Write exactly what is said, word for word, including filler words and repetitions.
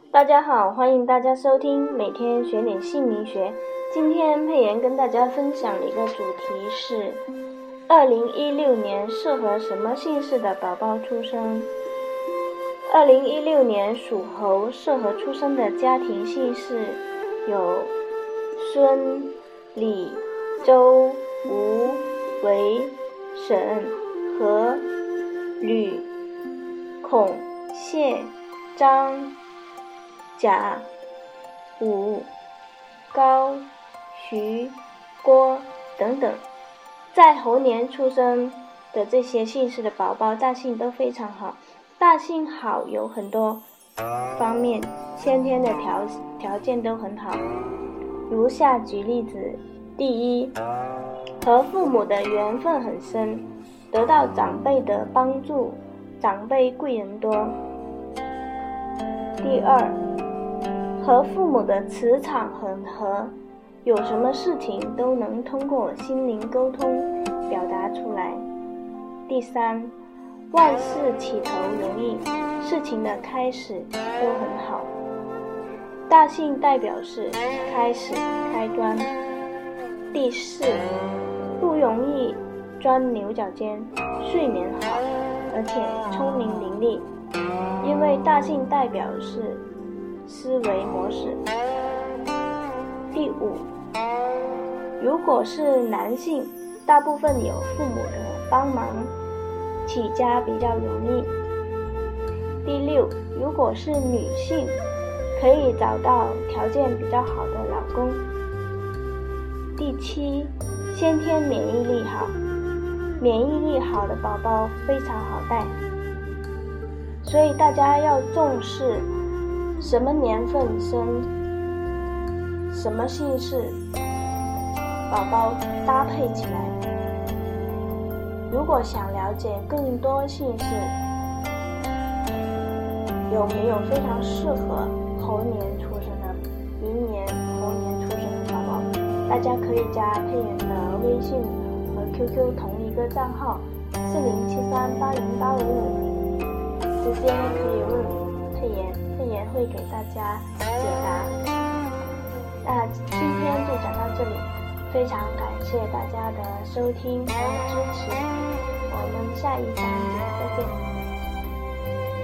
大家好，欢迎大家收听每天学点姓名学。今天佩妍跟大家分享的一个主题是二零一六年适合什么姓氏的宝宝出生。二零一六年属猴适合出生的家庭姓氏有孙、李、周、吴、韦、沈、何、吕、孔、谢、张、贾、武、高、徐、郭等等。在猴年出生的这些姓氏的宝宝大姓都非常好。大姓好有很多方面，先天的条条件都很好。如下举例子：第一，和父母的缘分很深，得到长辈的帮助，长辈贵人多。第二，和父母的磁场很合，有什么事情都能通过心灵沟通表达出来。第三，万事起头容易，事情的开始都很好。大姓代表是开始、开端。第四，不容易钻牛角尖，睡眠好，而且聪明伶俐，因为大姓代表是思维模式。第五，如果是男性，大部分有父母的帮忙，起家比较容易。第六，如果是女性，可以找到条件比较好的老公。第七，先天免疫力好，免疫力好的宝宝非常好带，所以大家要重视什么年份生什么姓氏，宝宝搭配起来。如果想了解更多姓氏有没有非常适合猴年出生的、明年猴年出生的宝宝，大家可以加佩妍的微信和 Q Q 同一个账号四零七三八零八五五，直接可以问佩妍，佩妍会给大家解答。那今天就讲到这里，非常感谢大家的收听和支持，我们下一章节再见。